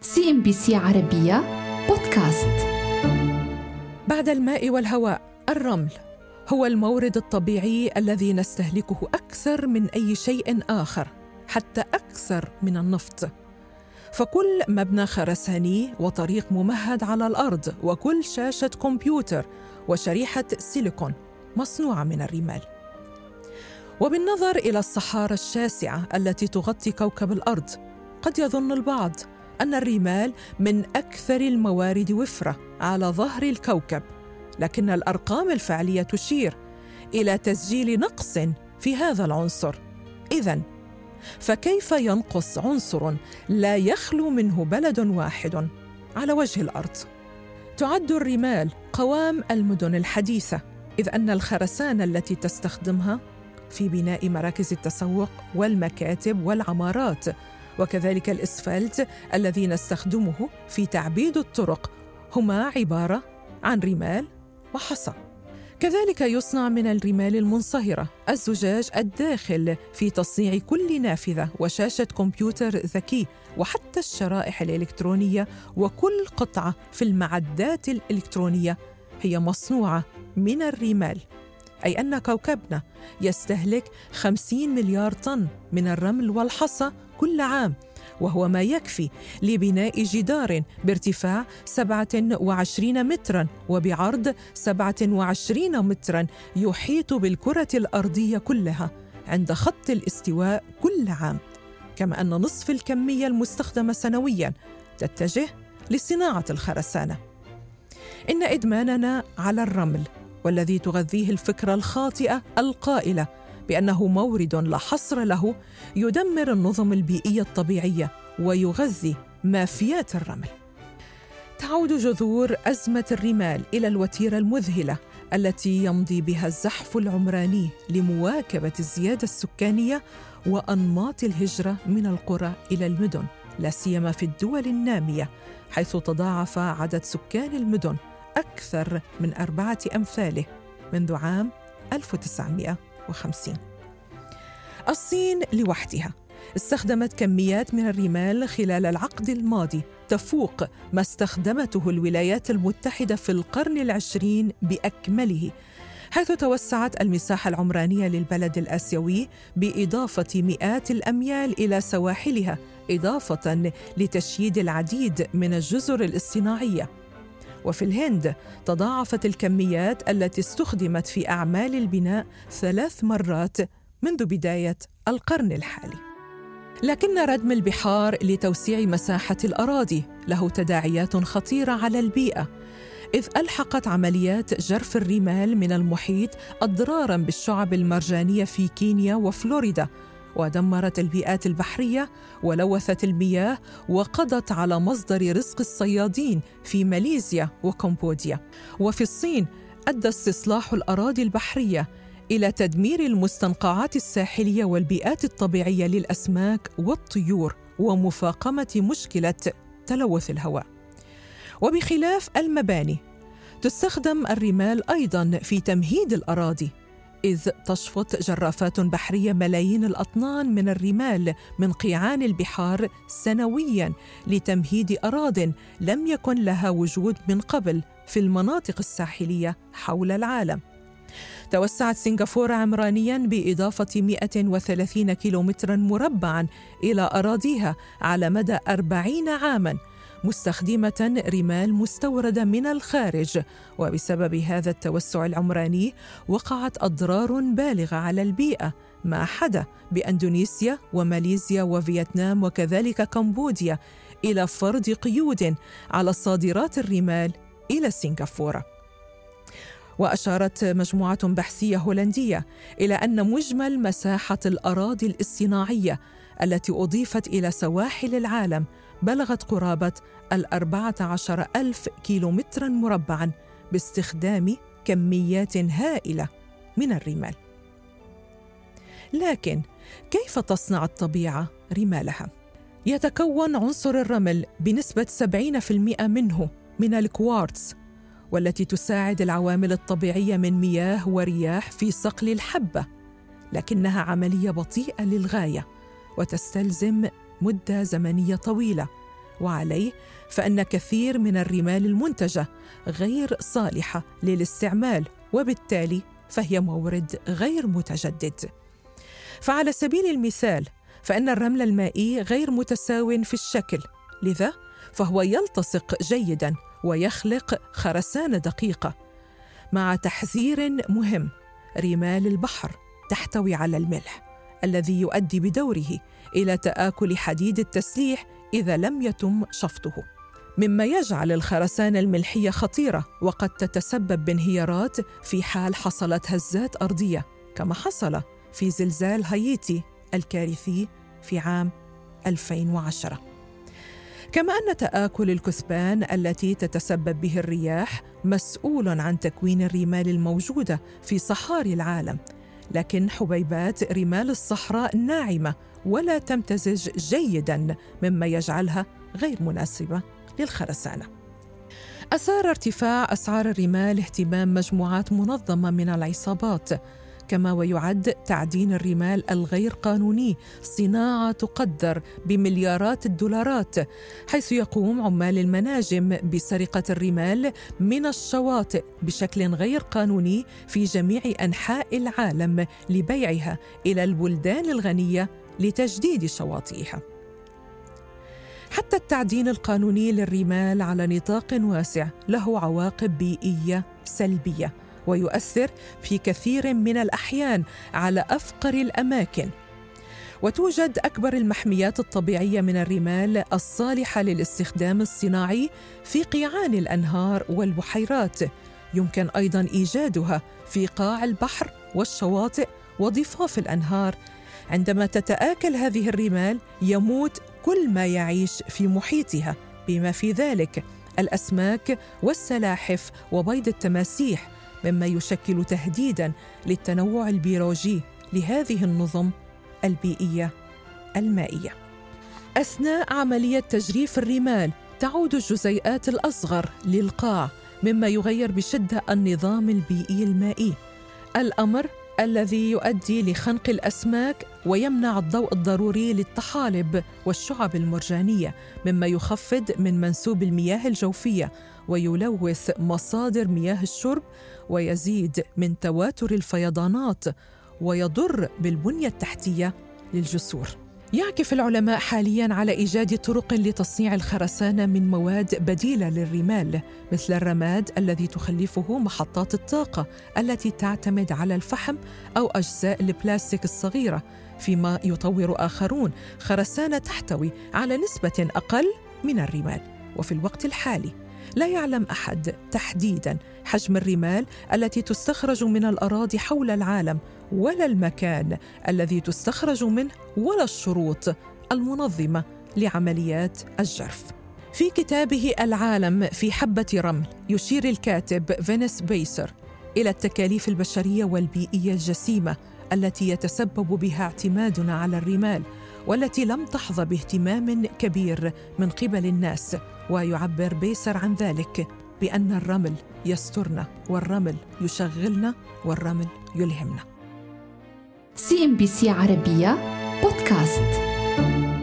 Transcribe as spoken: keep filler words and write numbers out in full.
سي إم بي سي عربية بودكاست. بعد الماء والهواء، الرمل هو المورد الطبيعي الذي نستهلكه أكثر من أي شيء آخر، حتى أكثر من النفط. فكل مبنى خرساني وطريق ممهد على الأرض وكل شاشة كمبيوتر وشريحة سيليكون مصنوعة من الرمال. وبالنظر إلى الصحارى الشاسعة التي تغطي كوكب الأرض، قد يظن البعض أن الرمال من أكثر الموارد وفرة على ظهر الكوكب، لكن الأرقام الفعلية تشير إلى تسجيل نقص في هذا العنصر. إذن فكيف ينقص عنصر لا يخلو منه بلد واحد على وجه الأرض؟ تعد الرمال قوام المدن الحديثة، إذ أن الخرسانة التي تستخدمها في بناء مراكز التسوق والمكاتب والعمارات، وكذلك الإسفلت الذي نستخدمه في تعبيد الطرق، هما عبارة عن رمال وحصى. كذلك يصنع من الرمال المنصهرة الزجاج الداخل في تصنيع كل نافذة وشاشة كمبيوتر ذكي، وحتى الشرائح الإلكترونية وكل قطعة في المعدات الإلكترونية هي مصنوعة من الرمال. أي أن كوكبنا يستهلك خمسين مليار طن من الرمل والحصى كل عام، وهو ما يكفي لبناء جدار بارتفاع سبعة وعشرين متراً وبعرض سبعة وعشرين متراً يحيط بالكرة الأرضية كلها عند خط الاستواء كل عام، كما أن نصف الكمية المستخدمة سنوياً تتجه لصناعة الخرسانة. إن إدماننا على الرمل والذي تغذيه الفكرة الخاطئة القائلة بأنه مورد لا حصر له يدمر النظم البيئية الطبيعية ويغذي مافيات الرمل. تعود جذور أزمة الرمال إلى الوتيرة المذهلة التي يمضي بها الزحف العمراني لمواكبة الزيادة السكانية وأنماط الهجرة من القرى إلى المدن، لا سيما في الدول النامية، حيث تضاعف عدد سكان المدن أكثر من أربعة أمثاله منذ عام ألف وتسعمائة وخمسين. الصين لوحدها استخدمت كميات من الرمال خلال العقد الماضي تفوق ما استخدمته الولايات المتحدة في القرن العشرين بأكمله، حيث توسعت المساحة العمرانية للبلد الآسيوي بإضافة مئات الأميال إلى سواحلها، إضافة لتشييد العديد من الجزر الاصطناعية. وفي الهند تضاعفت الكميات التي استخدمت في أعمال البناء ثلاث مرات منذ بداية القرن الحالي. لكن ردم البحار لتوسيع مساحة الأراضي له تداعيات خطيرة على البيئة، إذ ألحقت عمليات جرف الرمال من المحيط أضراراً بالشعب المرجانية في كينيا وفلوريدا، ودمرت البيئات البحرية ولوثت المياه، وقضت على مصدر رزق الصيادين في ماليزيا وكمبوديا. وفي الصين أدى استصلاح الأراضي البحرية إلى تدمير المستنقعات الساحلية والبيئات الطبيعية للأسماك والطيور، ومفاقمة مشكلة تلوث الهواء. وبخلاف المباني، تستخدم الرمال أيضاً في تمهيد الأراضي، إذ تشفط جرافات بحرية ملايين الأطنان من الرمال من قيعان البحار سنوياً لتمهيد أراضٍ لم يكن لها وجود من قبل في المناطق الساحلية حول العالم. توسعت سنغافورة عمرانياً بإضافة مئة وثلاثين كيلومتراً مربعاً إلى أراضيها على مدى أربعين عاماً، مستخدمة رمال مستوردة من الخارج. وبسبب هذا التوسع العمراني وقعت أضرار بالغة على البيئة، ما حدا بأندونيسيا وماليزيا وفيتنام وكذلك كمبوديا، إلى فرض قيود على صادرات الرمال إلى سنغافورة. وأشارت مجموعة بحثية هولندية إلى أن مجمل مساحة الأراضي الاصطناعية التي أضيفت إلى سواحل العالم بلغت قرابة الأربعة عشر ألف كيلومتراً مربعاً باستخدام كميات هائلة من الرمال. لكن كيف تصنع الطبيعة رمالها؟ يتكون عنصر الرمل بنسبة سبعين بالمئة منه من الكوارتز، والتي تساعد العوامل الطبيعية من مياه ورياح في صقل الحبة، لكنها عملية بطيئة للغاية وتستلزم مدة زمنية طويلة، وعليه فإن كثير من الرمال المنتجة غير صالحة للاستعمال، وبالتالي فهي مورد غير متجدد. فعلى سبيل المثال فإن الرمل المائي غير متساو في الشكل، لذا فهو يلتصق جيداً ويخلق خرسانة دقيقة. مع تحذير مهم: رمال البحر تحتوي على الملح الذي يؤدي بدوره إلى تآكل حديد التسليح إذا لم يتم شفطه، مما يجعل الخرسانة الملحية خطيرة وقد تتسبب بانهيارات في حال حصلت هزات أرضية، كما حصل في زلزال هايتي الكارثي في عام ألفين وعشرة. كما أن تآكل الكثبان التي تتسبب به الرياح مسؤول عن تكوين الرمال الموجودة في صحاري العالم، لكن حبيبات رمال الصحراء ناعمة ولا تمتزج جيداً، مما يجعلها غير مناسبة للخرسانة. أثار ارتفاع أسعار الرمال اهتمام مجموعات منظمة من العصابات، كما ويعد تعدين الرمال الغير قانوني صناعة تقدر بمليارات الدولارات، حيث يقوم عمال المناجم بسرقة الرمال من الشواطئ بشكل غير قانوني في جميع أنحاء العالم لبيعها إلى البلدان الغنية لتجديد شواطئها. حتى التعدين القانوني للرمال على نطاق واسع له عواقب بيئية سلبية، ويؤثر في كثير من الأحيان على أفقر الأماكن. وتوجد أكبر المحميات الطبيعية من الرمال الصالحة للاستخدام الصناعي في قيعان الأنهار والبحيرات، يمكن أيضاً إيجادها في قاع البحر والشواطئ وضفاف الأنهار. عندما تتآكل هذه الرمال يموت كل ما يعيش في محيطها، بما في ذلك الأسماك والسلاحف وبيض التماسيح، مما يشكل تهديداً للتنوع البيولوجي لهذه النظم البيئية المائية. أثناء عملية تجريف الرمال تعود الجزيئات الأصغر للقاع، مما يغير بشدة النظام البيئي المائي، الأمر الذي يؤدي لخنق الأسماك ويمنع الضوء الضروري للطحالب والشعب المرجانية، مما يخفض من منسوب المياه الجوفية ويلوث مصادر مياه الشرب ويزيد من تواتر الفيضانات ويضر بالبنية التحتية للجسور. يعكف العلماء حالياً على إيجاد طرق لتصنيع الخرسانة من مواد بديلة للرمال، مثل الرماد الذي تخلفه محطات الطاقة التي تعتمد على الفحم أو أجزاء البلاستيك الصغيرة، فيما يطور آخرون خرسانة تحتوي على نسبة أقل من الرمال. وفي الوقت الحالي لا يعلم أحد تحديداً حجم الرمال التي تستخرج من الأراضي حول العالم، ولا المكان الذي تستخرج منه، ولا الشروط المنظمة لعمليات الجرف. في كتابه العالم في حبة رمل يشير الكاتب فينيس بيسر إلى التكاليف البشرية والبيئية الجسيمة التي يتسبب بها اعتمادنا على الرمال، والتي لم تحظى باهتمام كبير من قبل الناس. ويعبر بيسر عن ذلك بأن الرمل يسترنا، والرمل يشغلنا، والرمل يلهمنا. سي إم بي سي عربية بودكاست.